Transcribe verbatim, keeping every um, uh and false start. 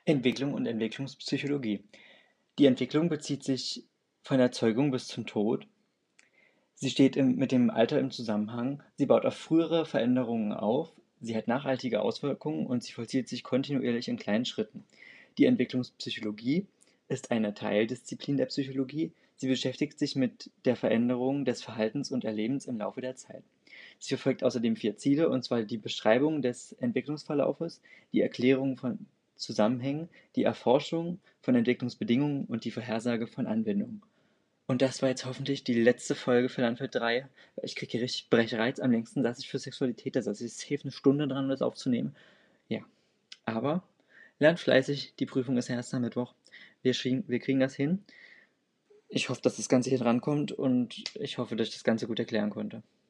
Entwicklung und Entwicklungspsychologie. Die Entwicklung bezieht sich von der Zeugung bis zum Tod. Sie steht im, mit dem Alter im Zusammenhang. Sie baut auf frühere Veränderungen auf. Sie hat nachhaltige Auswirkungen und sie vollzieht sich kontinuierlich in kleinen Schritten. Die Entwicklungspsychologie ist eine Teildisziplin der Psychologie. Sie beschäftigt sich mit der Veränderung des Verhaltens und Erlebens im Laufe der Zeit. Sie verfolgt außerdem vier Ziele, und zwar die Beschreibung des Entwicklungsverlaufes, die Erklärung von Zusammenhängen, die Erforschung von Entwicklungsbedingungen und die Vorhersage von Anwendungen. Und das war jetzt hoffentlich die letzte Folge für Landwirt drei. Ich kriege hier richtig Brechreiz. Am längsten saß ich für Sexualität, da saß ich safe eine Stunde dran, um das aufzunehmen. Ja, aber lernt fleißig, die Prüfung ist erst am Mittwoch. Wir, schieben, wir kriegen das hin. Ich hoffe, dass das Ganze hier drankommt und ich hoffe, dass ich das Ganze gut erklären konnte.